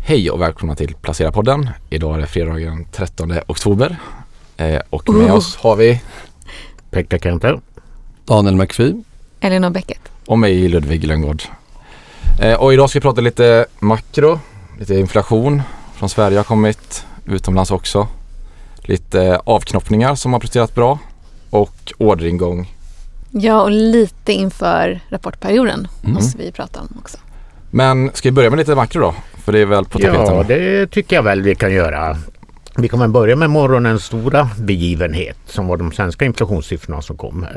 Hej och välkomna till Placera-podden. Idag är det fredagen 13 oktober. Och med oss har vi Pekka Kenter, Daniel McPhee, Elinor Bäcket och mig Ludvig Lönngaard. Och idag ska vi prata lite makro, lite inflation från Sverige har kommit, utomlands också. Lite avknoppningar som har presterat bra och orderingång. Ja, och lite inför rapportperioden måste vi prata om också. Men ska vi börja med lite makro då? För det är väl på tapeten. Ja, det tycker jag väl vi kan göra. Vi kan börja med morgonens stora begivenhet som var de svenska inflationssiffrorna som kom.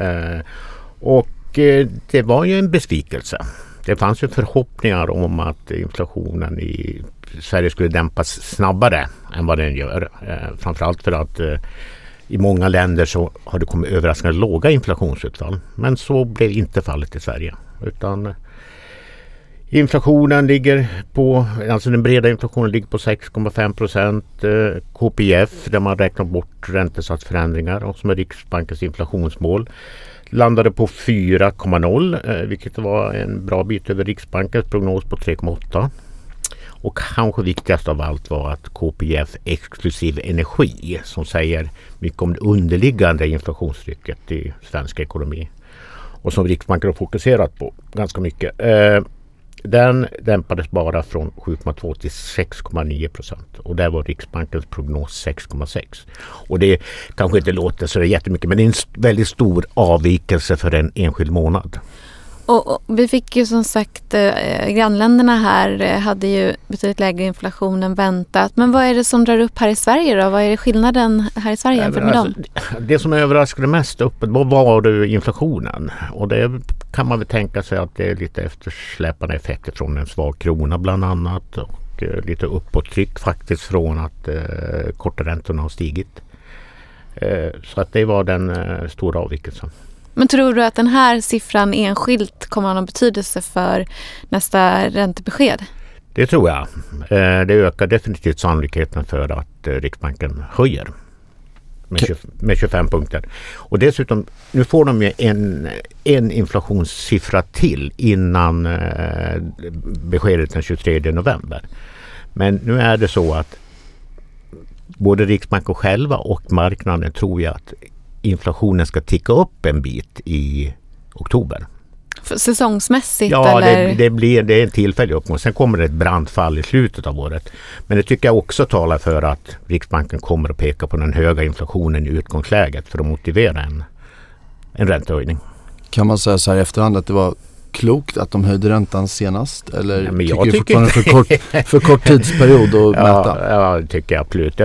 Det var ju en besvikelse. Det fanns ju förhoppningar om att inflationen i Sverige skulle dämpas snabbare än vad den gör. Framförallt för att i många länder så har det kommit överraskande låga inflationsutfall. Men så blev inte fallet i Sverige. Utan inflationen ligger på, alltså den breda inflationen ligger på 6,5%. KPIF, där man räknar bort räntesatsförändringar och som är Riksbankens inflationsmål, landade på 4,0, vilket var en bra bit över Riksbankens prognos på 3,8. Och kanske viktigast av allt var att KPIF exklusiv energi, som säger mycket om det underliggande inflationstrycket i svensk ekonomi och som Riksbanken har fokuserat på ganska mycket, den dämpades bara från 7,2 till 6,9%. Och där var Riksbankens prognos 6,6. Och det kanske inte låter så jättemycket, men det är en väldigt stor avvikelse för en enskild månad. Och vi fick ju som sagt, grannländerna här hade ju betydligt lägre inflation än väntat. Men vad är det som drar upp här i Sverige då? Vad är skillnaden här i Sverige jämfört med dem? Det som överraskade mest öppet var det inflationen. Och det kan man väl tänka sig att det är lite eftersläpande effekter från en svag krona bland annat. Och lite uppåttryck faktiskt från att korträntorna har stigit. Så att det var den stora avvikelsen. Men tror du att den här siffran enskilt kommer att ha någon betydelse för nästa räntebesked? Det tror jag. Det ökar definitivt sannolikheten för att Riksbanken höjer med 25 punkter. Och dessutom, nu får de ju en inflationssiffra till innan beskedet den 23 november. Men nu är det så att både Riksbanken själva och marknaden tror jag att inflationen ska ticka upp en bit i oktober. Säsongsmässigt? Ja, eller? det är en tillfällig uppgång. Sen kommer det ett brandfall i slutet av året. Men det tycker jag också talar för att Riksbanken kommer att peka på den höga inflationen i utgångsläget för att motivera en räntehöjning. Kan man säga så här i efterhand att det var klokt att de höjde räntan senast? Eller ja, men tycker jag du tycker fortfarande för kort tidsperiod att mäta? Ja, det tycker jag absolut.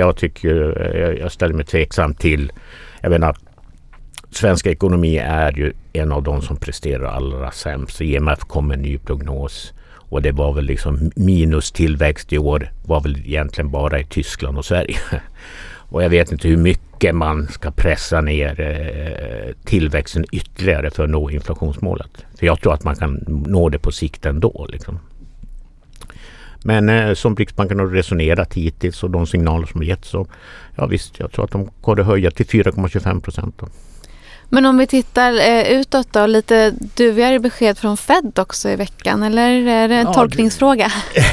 Jag ställer mig tveksam till. Jag menar, svenska ekonomi är ju en av de som presterar allra sämst. IMF kom med en ny prognos och det var väl liksom minus tillväxt i år var väl egentligen bara i Tyskland och Sverige. Och jag vet inte hur mycket man ska pressa ner tillväxten ytterligare för att nå inflationsmålet. För jag tror att man kan nå det på sikt ändå liksom. Men som Riksbanken har resonerat hittills och de signaler som har getts så, ja visst, jag tror att de kommer att höja till 4,25% då. Men om vi tittar utåt då, lite duvigare besked från Fed också i veckan, eller är det en tolkningsfråga?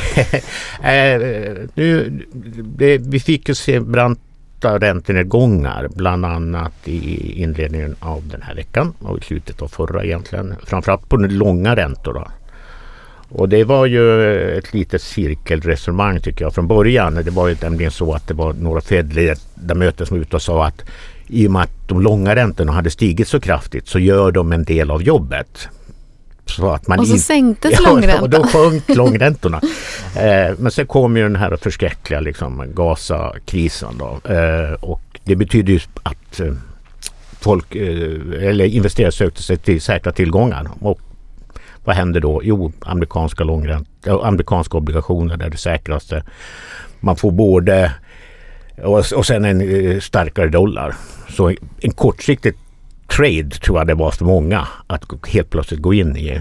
Vi fick ju se branta räntenedgångar bland annat i inledningen av den här veckan och i slutet av förra egentligen, framförallt på den långa räntor då. Och det var ju ett litet cirkelresonemang tycker jag från början. Det var ju nämligen så att det var några Fed-ledamöter som var ute och sa att i och med att de långa räntorna hade stigit så kraftigt så gör de en del av jobbet. Så att man och så sänktes långräntan. Och då sjönk långräntorna. Men sen kom ju den här förskräckliga liksom, Gaza-krisen då. Och det betyder ju att folk eller investerare sökte sig till säkra tillgångar. Och vad händer då? Jo, amerikanska obligationer är det säkraste. Man får både och sen en starkare dollar. Så en kortsiktig trade tror jag det var för många att helt plötsligt gå in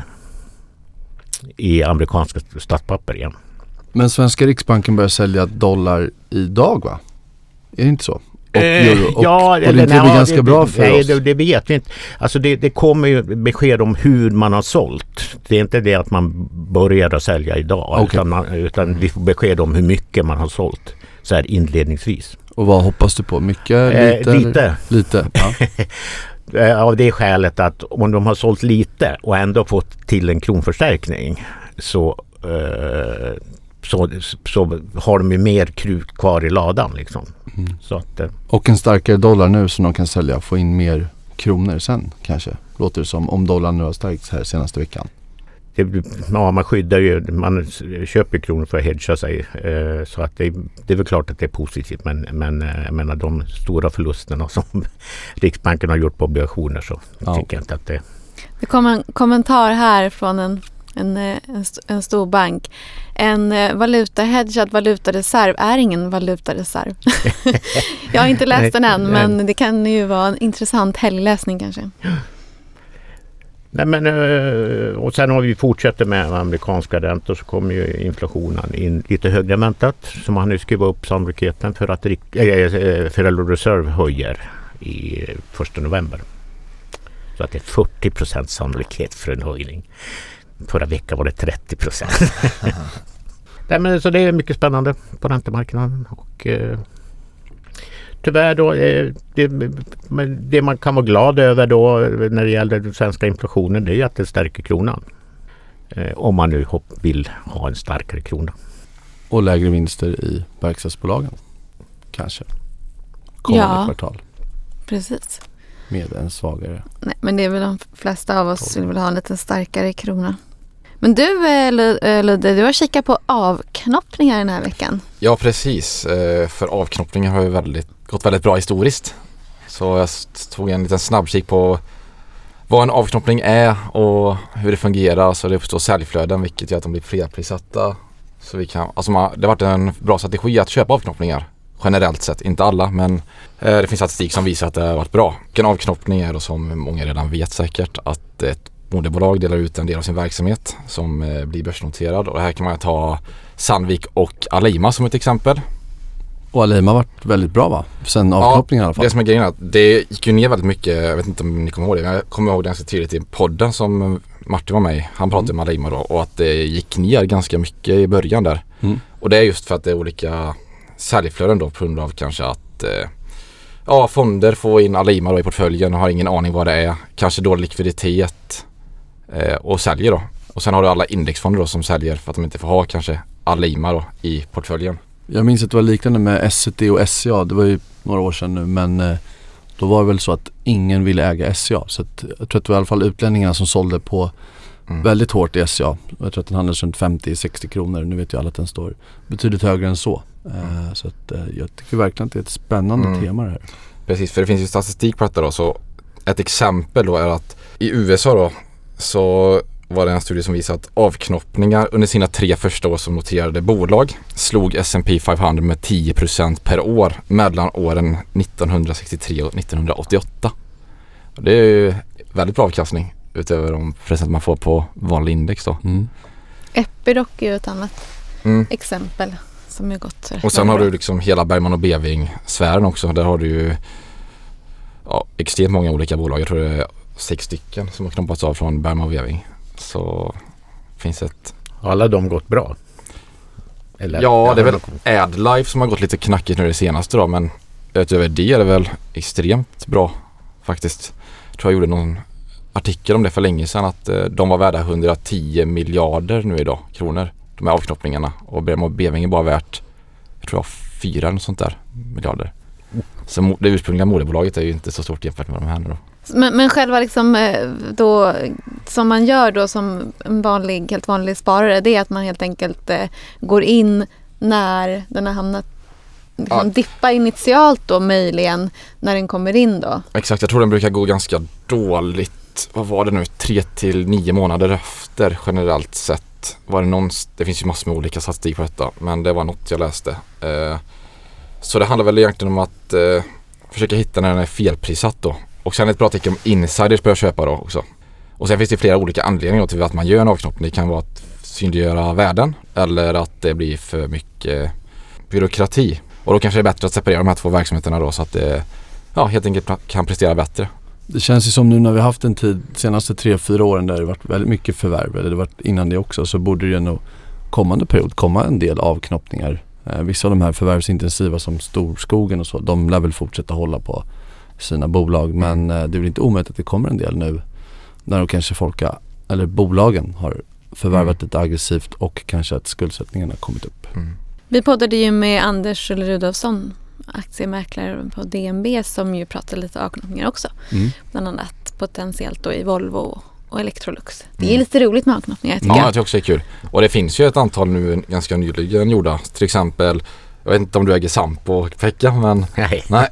i amerikanska statspapper igen. Men svenska Riksbanken börjar sälja dollar idag, va? Är det inte så? euro. Och Ja, det blir ganska bra för oss. Nej, det vet vi inte. Alltså det kommer ju besked om hur man har sålt. Det är inte det att man börjar att sälja idag. Okay. Utan vi får besked om hur mycket man har sålt. Så här inledningsvis. Och vad hoppas du på? Mycket? Lite? Ja. Av det skälet att om de har sålt lite och ändå fått till en kronförstärkning så har de ju mer krut kvar i ladan liksom. Så att, och en starkare dollar nu som de kan sälja, få in mer kronor sen kanske. Låter det som, om dollarn nu har stärkts här senaste veckan. Man skyddar ju, man köper kronor för att hedga sig, så att det är väl klart att det är positivt, men jag menar de stora förlusterna som Riksbanken har gjort på obligationer, så tycker jag inte att det... Det kom en kommentar här från en stor bank. En valutahedgad valutareserv är ingen valutareserv. Jag har inte läst den än, men det kan ju vara en intressant helgläsning kanske. Nej, men, och sen har vi fortsätter med amerikanska räntor, så kommer ju inflationen in lite högre än väntat. Så man har nu skrivit upp sannolikheten för att Federal Reserve höjer i 1 november. Så att det är 40% sannolikhet för en höjning. Förra veckan var det 30%. Nej, men, så det är mycket spännande på räntemarknaden. Och tyvärr då, det man kan vara glad över då när det gäller den svenska inflationen, det är att det stärker kronan. Om man nu vill ha en starkare krona. Och lägre vinster i verkstadsbolagen kanske. Kommande kvartal. Precis. Med en svagare. Nej, men det är väl de flesta av oss som vill ha en lite starkare krona. Men du, Ludde, du har kikat på avknoppningar den här veckan. Ja, precis. För avknoppningar har ju gått väldigt bra historiskt. Så jag tog en liten snabbkik på vad en avknoppning är och hur det fungerar. Så det uppstår säljflöden, vilket gör att de blir felprissatta. Så det har varit en bra strategi att köpa avknoppningar. Generellt sett, inte alla, men det finns statistik som visar att det har varit bra. En avknoppning är då, som många redan vet säkert, att ett moderbolag delar ut en del av sin verksamhet som blir börsnoterad. Och det här kan man ta Sandvik och Alleima som ett exempel. Och Alleima har varit väldigt bra, va? Sen avknoppningen i alla fall. Det som är grejen är att det gick ju ner väldigt mycket. Jag vet inte om ni kommer ihåg det, men jag kommer ihåg det ganska tydligt i podden som Martin var med i. Han pratade med Alleima då, och att det gick ner ganska mycket i början där. Och det är just för att det är olika säljflöden då, på grund av kanske att fonder får in Alleima då i portföljen och har ingen aning vad det är. Kanske dålig likviditet och säljer då. Och sen har du alla indexfonder då som säljer för att de inte får ha kanske Alleima då i portföljen. Jag minns att det var liknande med SCT och SCA. Det var ju några år sedan nu, men då var det väl så att ingen ville äga SCA. Så att, jag tror att det var i alla fall utlänningarna som sålde på väldigt hårt i SCA. Jag tror att den handlas runt 50-60 kronor. Nu vet jag alla att den står betydligt högre än så. Så att, jag tycker verkligen att det är ett spännande tema det här. Precis, för det finns ju statistik på detta då. Så ett exempel då är att i USA då så var det en studie som visar att avknoppningar under sina 3 första år som noterade bolag slog S&P 500 med 10% per år mellan åren 1963 och 1988. Och det är ju väldigt bra avkastning utöver de procent man får på vanlig index då. Epiroc är ju ett annat exempel som är gott. Och sen har du liksom hela Bergman och Beving-sfären också. Där har du ju extremt många olika bolag. Jag tror det är 6 stycken som har knoppats av från Bergman och Beving. Så finns ett... Har alla de gått bra? Eller? Ja, det är väl AdLife som har gått lite knackigt nu det senaste då, men utöver det är det väl extremt bra faktiskt. Jag tror jag gjorde någon artikel om det för länge sedan, att de var värda 110 miljarder nu idag, kronor, de här avknoppningarna. Och Beving är bara värt, jag tror 4 eller något sånt där miljarder. Så det ursprungliga moderbolaget är ju inte så stort jämfört med de här nu då. Men själva liksom då, som man gör då som en helt vanlig sparare, det är att man helt enkelt går in när den har hamnat, dippa initialt då möjligen när den kommer in då. Exakt, jag tror den brukar gå ganska dåligt. Vad var det nu? 3 till 9 månader efter generellt sett. Var det det finns ju massor med olika statistik på detta, men det var något jag läste. Så det handlar väl egentligen om att försöka hitta när den är felprissatt då. Och sen ett bra tecken om insiders börjar köpa då också. Och sen finns det flera olika anledningar till att man gör en avknoppning. Det kan vara att synliggöra värden eller att det blir för mycket byråkrati. Och då kanske det är bättre att separera de här två verksamheterna då så att det helt enkelt kan prestera bättre. Det känns ju som nu när vi har haft en tid, senaste 3-4 åren där det varit väldigt mycket förvärv, eller det varit innan det också, så borde det nog kommande period komma en del avknoppningar. Vissa av de här förvärvsintensiva som Storskogen och så, de lär väl fortsätta hålla på sina bolag, men det är väl inte omöjligt att det kommer en del nu när då kanske bolagen har förvärvat lite aggressivt och kanske att skuldsättningen har kommit upp. Vi poddade ju med Anders Rudolfsson, aktiemäklare på DNB, som ju pratade lite avknoppningar också. Bland annat potentiellt då i Volvo och Electrolux. Det är lite roligt med avknoppningar, tycker jag. Ja, jag tycker också det är kul. Och det finns ju ett antal nu ganska nyligen gjorda. Till exempel, jag vet inte om du äger Sampo och Pekka, men nej.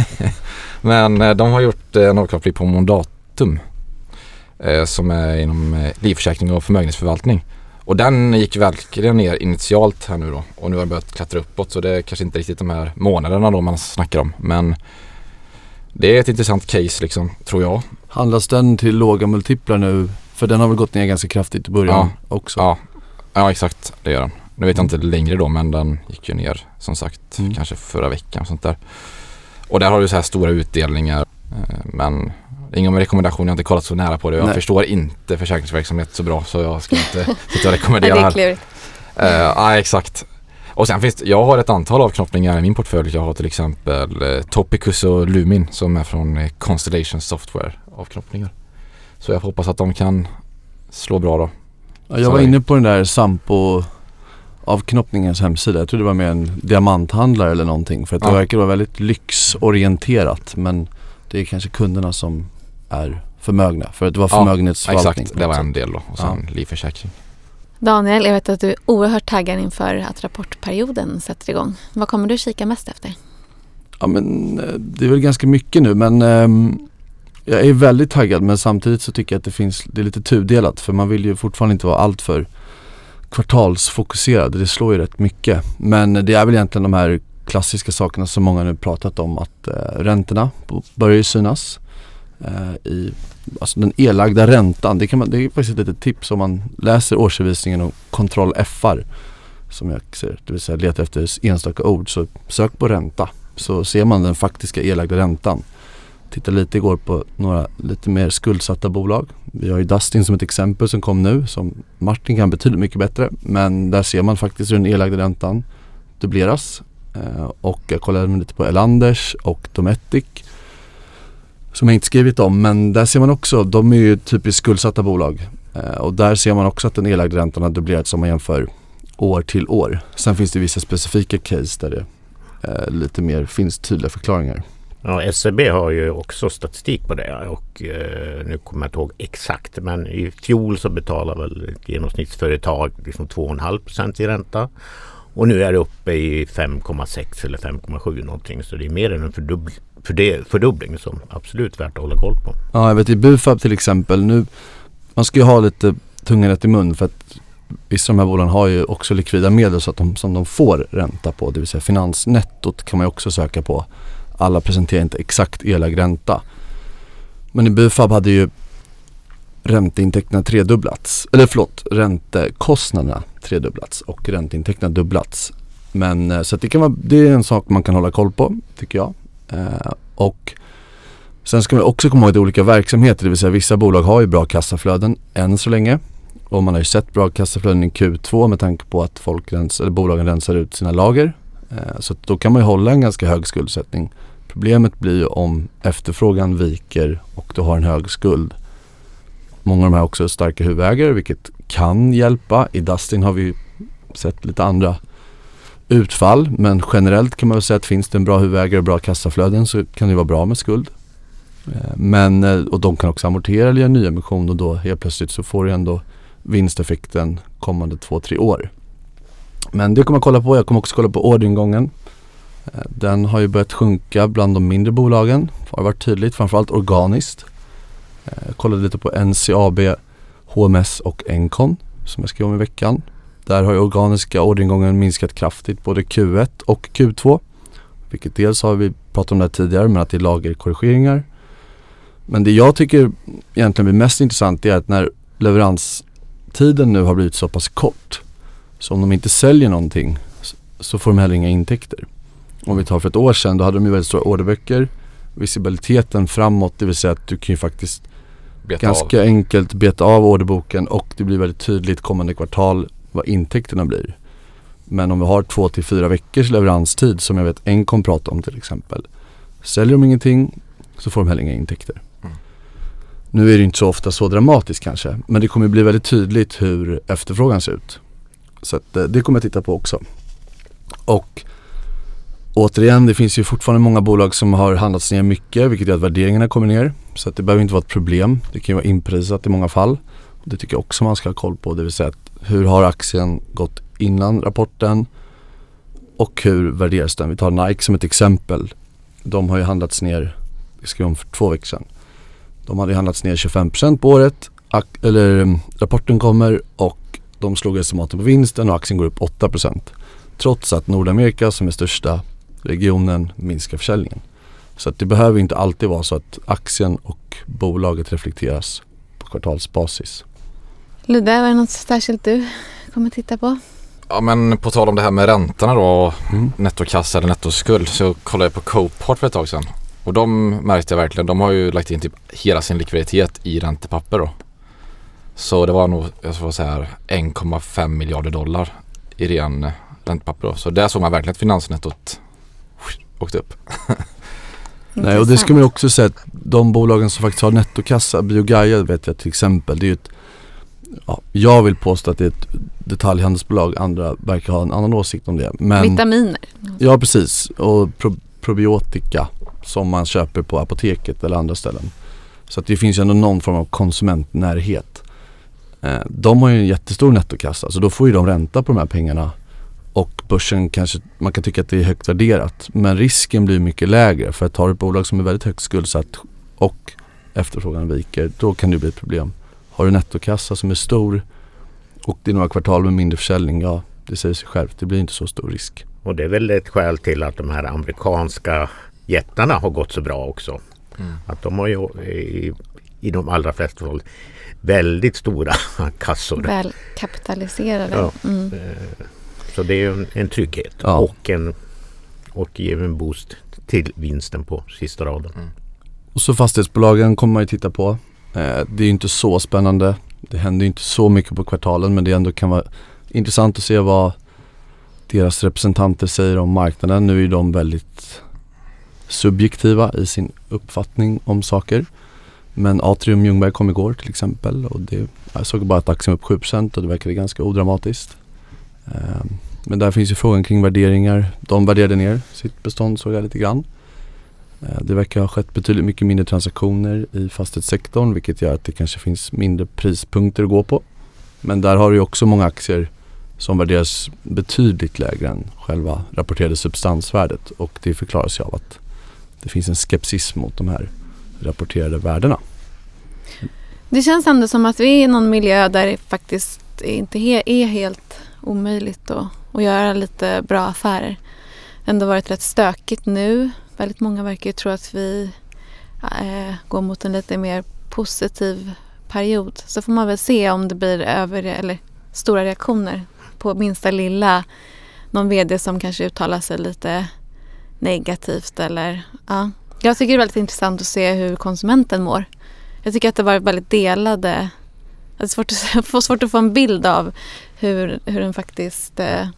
Men de har gjort en avknoppning på Mandatum som är inom livförsäkring och förmögenhetsförvaltning. Och den gick verkligen ner initialt här nu då. Och nu har det börjat klättra uppåt, så det är kanske inte riktigt de här månaderna då man snackar om. Men det är ett intressant case liksom, tror jag. Handlas den till låga multiplar nu? För den har väl gått ner ganska kraftigt i början också. Ja, exakt. Det gör den. Nu vet jag inte längre då, men den gick ju ner som sagt kanske förra veckan och sånt där. Och där har du så här stora utdelningar. Men ingen rekommendation, jag har inte kollat så nära på det. Jag förstår inte försäkringsverksamhet så bra, så jag ska inte sitta och rekommendera här. Det är klurigt. Exakt. Och sen jag har ett antal avknoppningar i min portfölj. Jag har till exempel Topicus och Lumin som är från Constellation Software avknoppningar. Så jag hoppas att de kan slå bra då. Ja, jag var inne på den där Sampo avknoppningens hemsida. Jag tror det var med en diamanthandlare eller någonting. För att det verkar vara väldigt lyxorienterat. Men det är kanske kunderna som är förmögna. För att det var förmögenhetsförvaltning. Exakt, det var en del då. Och sen livförsäkring. Daniel, jag vet att du är oerhört taggad inför att rapportperioden sätter igång. Vad kommer du kika mest efter? Ja, men det är väl ganska mycket nu, men jag är väldigt taggad, men samtidigt så tycker jag att det är lite tudelat, för man vill ju fortfarande inte vara allt för kvartalsfokuserad. Det slår ju rätt mycket, men det är väl egentligen de här klassiska sakerna som många nu pratat om, att räntorna börjar ju synas. Alltså den elagda räntan, det är faktiskt ett litet tips om man läser årsredovisningen och kontroll FR som jag ser, det vill säga leta efter enstaka ord, så sök på ränta, så ser man den faktiska elagda räntan. Titta lite igår på några lite mer skuldsatta bolag. Vi har ju Dustin som ett exempel som kom nu, som Martin kan betydligt mycket bättre, men där ser man faktiskt hur den elagda räntan dubbleras. Och jag kollade lite på Elanders och Dometic som jag inte skrivit om, men där ser man också, de är ju typiskt skuldsatta bolag, och där ser man också att den elagda räntan har dubblerats som man jämför år till år. Sen finns det vissa specifika case där det lite mer finns tydliga förklaringar. Ja, SEB har ju också statistik på det, och nu kommer jag inte ihåg exakt, men i fjol så betalar väl ett genomsnittsföretag liksom 2,5% i ränta. Och nu är det uppe i 5,6 eller 5,7 någonting, så det är mer än en fördubbling som absolut värt att hålla koll på. Ja, jag vet i Bufab till exempel, nu man ska ju ha lite tungan rätt i mun, för att vissa av de här bolagen har ju också likvida medel så att som de får ränta på, det vill säga finansnettot kan man ju också söka på. Alla presenterar inte exakt elak ränta. Men i Bufab hade ju räntekostnaderna tredubblats och ränteintäkterna dubblats. Men så att det är en sak man kan hålla koll på, tycker jag. Och sen ska man också komma ihåg att olika verksamheter, det vill säga vissa bolag har ju bra kassaflöden än så länge. Och man har ju sett bra kassaflöden i Q2 med tanke på att bolagen rensar ut sina lager. Så då kan man ju hålla en ganska hög skuldsättning. Problemet blir ju om efterfrågan viker och du har en hög skuld. Många av de här också är starka huvudägare, vilket kan hjälpa. I Dustin har vi sett lite andra utfall, men generellt kan man väl säga att finns det en bra huvudägare och bra kassaflöden så kan det vara bra med skuld. Och de kan också amortera eller göra nya emission, och då helt plötsligt så får du ändå vinsteffekten kommande 2-3 år. Men det kommer jag kolla på. Jag kommer också kolla på orderingången. Den har ju börjat sjunka bland de mindre bolagen. Det har varit tydligt, framförallt organiskt. Jag kollade lite på NCAB, HMS och Encon som jag skrev om i veckan. Där har ju organiska orderingången minskat kraftigt både Q1 och Q2. Vilket dels har vi pratat om det tidigare, men att det är lagerkorrigeringar. Men det jag tycker egentligen blir mest intressant är att när leveranstiden nu har blivit så pass kort, så om de inte säljer någonting så får de heller inga intäkter. Om vi tar för ett år sedan, då hade de ju väldigt stora orderböcker. Visibiliteten framåt, det vill säga att du kan ju faktiskt ganska enkelt beta av orderboken och det blir väldigt tydligt kommande kvartal vad intäkterna blir. Men om vi har 2 till 4 veckors leveranstid, som jag vet Encom pratar om till exempel, säljer de ingenting så får de heller inga intäkter. Nu är det inte så ofta så dramatiskt kanske, men det kommer bli väldigt tydligt hur efterfrågan ser ut. Så att, det kommer jag titta på också. Och återigen, det finns ju fortfarande många bolag som har handlats ner mycket, vilket gör att värderingarna kommer ner. Så att det behöver inte vara ett problem. Det kan ju vara inprisat i många fall. Det tycker jag också man ska ha koll på. Det vill säga att hur har aktien gått innan rapporten och hur värderas den? Vi tar Nike som ett exempel. De har ju handlats ner, vi skrev om för 2 veckor sedan. De hade handlats ner 25% på året. Rapporten kommer och de slog estimaten på vinsten och aktien går upp 8%. Trots att Nordamerika, som är största regionen, minskar försäljningen. Så att det behöver inte alltid vara så att aktien och bolaget reflekteras på kvartalsbasis. Ludde, var det något särskilt du kommer titta på? Ja, men på tal om det här med räntorna då, nettokassa eller nettoskuld, så kollade jag på Copart för ett tag sedan. Och de märkte jag verkligen, de har ju lagt in typ hela sin likviditet i räntepapper då. Så det var nog, jag ska säga, 1,5 miljarder dollar i ren räntepapper då. Så där såg man verkligen att finansnettot åkte upp. Nej, och det ska man ju också säga att de bolagen som faktiskt har nettokassa, BioGaia vet jag till exempel, det är ju ett, jag vill påstå att det är ett detaljhandelsbolag, andra verkar ha en annan åsikt om det. Men, vitaminer. Ja, precis. Och probiotika som man köper på apoteket eller andra ställen. Så att det finns ju ändå någon form av konsumentnärhet. De har ju en jättestor nettokassa, så då får ju de ränta på de här pengarna. Och börsen kanske, man kan tycka att det är högt värderat, men risken blir mycket lägre. För att ha ett bolag som är väldigt högt skuldsatt och efterfrågan viker, då kan det bli ett problem. Har du nettokassa som är stor och det är några kvartal med mindre försäljning, ja, det säger sig självt, det blir inte så stor risk. Och det är väl ett skäl till att de här amerikanska jättarna har gått så bra också. Att de har ju i de allra flesta fall väldigt stora kassor. Väl kapitaliserade. Ja. Så det är en trygghet och ger en boost till vinsten på sista raden. Och så fastighetsbolagen kommer man ju titta på. Det är ju inte så spännande. Det händer ju inte så mycket på kvartalen, men det ändå kan vara intressant att se vad deras representanter säger om marknaden. Nu är de väldigt subjektiva i sin uppfattning om saker. Men Atrium Ljungberg kom igår till exempel och jag såg bara att aktien upp 7% och det verkade ganska odramatiskt. Men där finns ju frågan kring värderingar. De värderade ner sitt bestånd, såg jag lite grann. Det verkar ha skett betydligt mycket mindre transaktioner i fastighetssektorn, vilket gör att det kanske finns mindre prispunkter att gå på. Men där har du ju också många aktier som värderas betydligt lägre än själva rapporterade substansvärdet, och det förklaras ju av att det finns en skepsis mot de här rapporterade värdena. Det känns ändå som att vi är i någon miljö där det faktiskt inte är helt omöjligt att göra lite bra affärer. Det har ändå varit rätt stökigt nu. Väldigt många verkar ju tro att vi går mot en lite mer positiv period. Så får man väl se om det blir eller stora reaktioner på minsta lilla. Någon vd som kanske uttalar sig lite negativt eller ja. Jag tycker det är väldigt intressant att se hur konsumenten mår. Jag tycker att det var väldigt delade. Det är svårt att få en bild av hur den faktiskt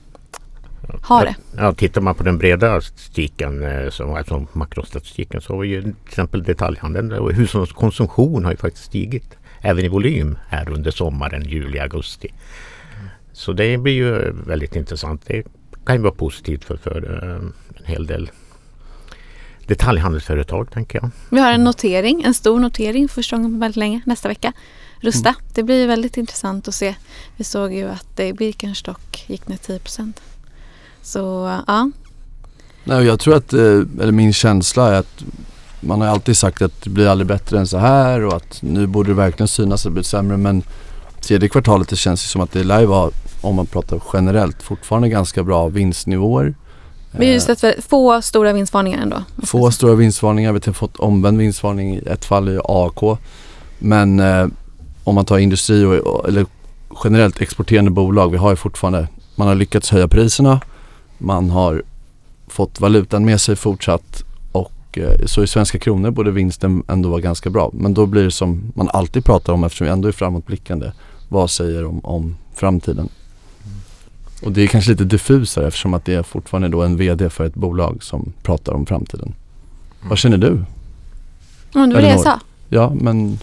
har det. Ja, tittar man på den breda statistiken, alltså makrostatistiken, så har ju till exempel detaljhandeln och hushållskonsumtion har ju faktiskt stigit även i volym här under sommaren, juli, augusti. Så det blir ju väldigt intressant. Det kan ju vara positivt för en hel del detaljhandelsföretag, tänker jag. Vi har en stor notering första gången på väldigt länge, nästa vecka. Rusta. Det blir väldigt intressant att se. Vi såg ju att Birkenstock gick ner 10%. Så, ja. Nej, jag tror att, eller min känsla är att man har alltid sagt att det blir aldrig bättre än så här och att nu borde det verkligen synas att det blir sämre, men tredje kvartalet det känns ju som att det lär vara, om man pratar generellt, fortfarande ganska bra vinstnivåer. Vi har ju sett få stora vinstvarningar ändå. Få stora vinstvarningar. Vi har fått omvänd vinstvarning i ett fall i AK. Men om man tar industri eller generellt exporterande bolag, vi har ju fortfarande, man har lyckats höja priserna. Man har fått valutan med sig fortsatt och så i svenska kronor borde vinsten ändå vara ganska bra. Men då blir det som man alltid pratar om eftersom vi ändå är framåtblickande. Vad säger om framtiden? Och det är kanske lite diffusare eftersom att det är fortfarande då en vd för ett bolag som pratar om framtiden. Vad känner du? Det var det jag sa. Ja, men...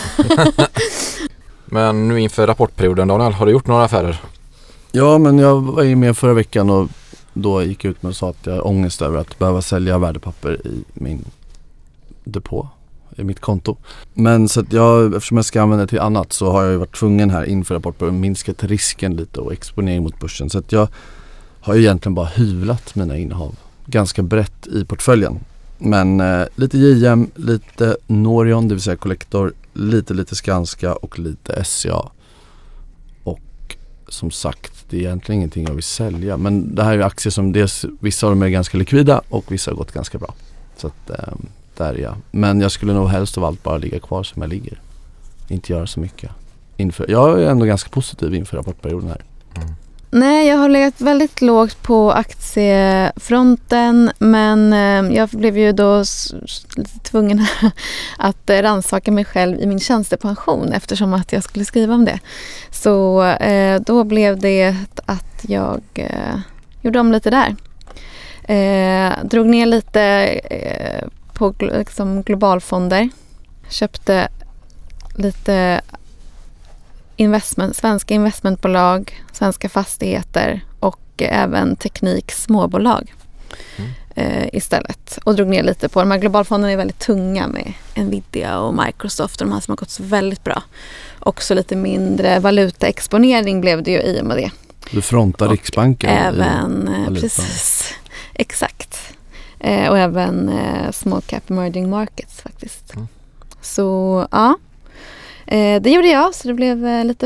Men nu inför rapportperioden, Daniel, har du gjort några affärer? Ja, men jag var ju med förra veckan och då gick jag ut med och sa att jag har ångest över att behöva sälja värdepapper i min depå, i mitt konto. Men så att eftersom jag ska använda det till annat så har jag ju varit tvungen här inför rapportperioden att minska risken lite och exponering mot börsen. Så att jag har ju egentligen bara hyvlat mina innehav ganska brett i portföljen. Men lite JM, lite Norion, det vill säga Collector, lite Skanska och lite SCA. Och som sagt, det är egentligen ingenting jag vill sälja. Men det här är aktier som vissa av dem är ganska likvida och vissa har gått ganska bra. Så att där är jag. Men jag skulle nog helst av allt bara ligga kvar som jag ligger. Inte göra så mycket. Jag är ändå ganska positiv inför rapportperioden här. Nej, jag har legat väldigt lågt på aktiefronten, men jag blev ju då lite tvungen att rannsaka mig själv i min tjänstepension eftersom att jag skulle skriva om det. Så då blev det att jag gjorde om lite där. Drog ner lite på liksom globalfonder. Köpte lite svenska investmentbolag, svenska fastigheter och även småbolag istället. Och drog ner lite på de här globalfonderna är väldigt tunga med Nvidia och Microsoft och de här som har gått så väldigt bra. Också lite mindre valutaexponering blev det ju i och med det. Du frontar och Riksbanken. Även, precis, exakt. Och även small cap emerging markets faktiskt. Så ja. Det gjorde jag, så det blev lite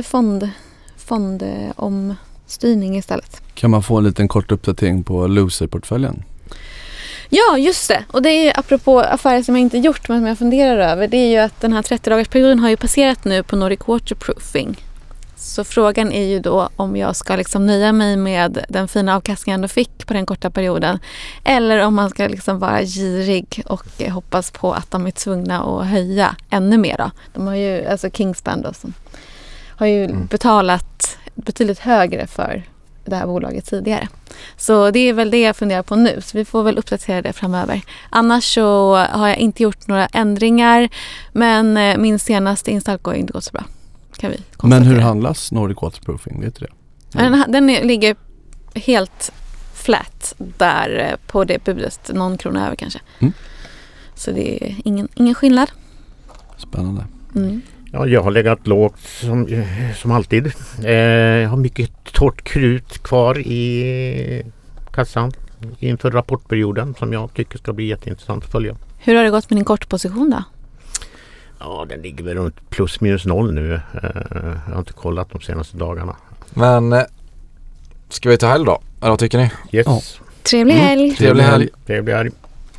fondomstyrning istället. Kan man få en liten kort uppdatering på loser-portföljen? Ja, just det. Och det är ju apropå affärer som jag inte gjort men som jag funderar över. Det är ju att den här 30-dagarsperioden har ju passerat nu på Nordic Waterproofing. Så frågan är ju då om jag ska liksom nöja mig med den fina avkastningen jag ändå fick på den korta perioden. Eller om man ska liksom vara girig och hoppas på att de är tvungna att höja ännu mer då. De har ju, alltså Kingspan då, som har ju betalat betydligt högre för det här bolaget tidigare. Så det är väl det jag funderar på nu. Så vi får väl uppdatera det framöver. Annars så har jag inte gjort några ändringar. Men min senaste Instalco har inte gått så bra. Kan vi konstatera. Men hur handlas Nordic Waterproofing? Vet du det? Den ligger helt flat där på det budet. Någon krona över kanske. Så det är ingen skillnad. Spännande. Ja, jag har legat lågt som alltid. Jag har mycket torrt krut kvar i kassan inför rapportperioden som jag tycker ska bli jätteintressant att följa. Hur har det gått med din kortposition då? Ja, den ligger väl runt plus minus noll nu. Jag har inte kollat de senaste dagarna. Men ska vi ta helg då? Eller vad tycker ni? Yes. Trevlig helg! Trevlig helg! Trevlig helg.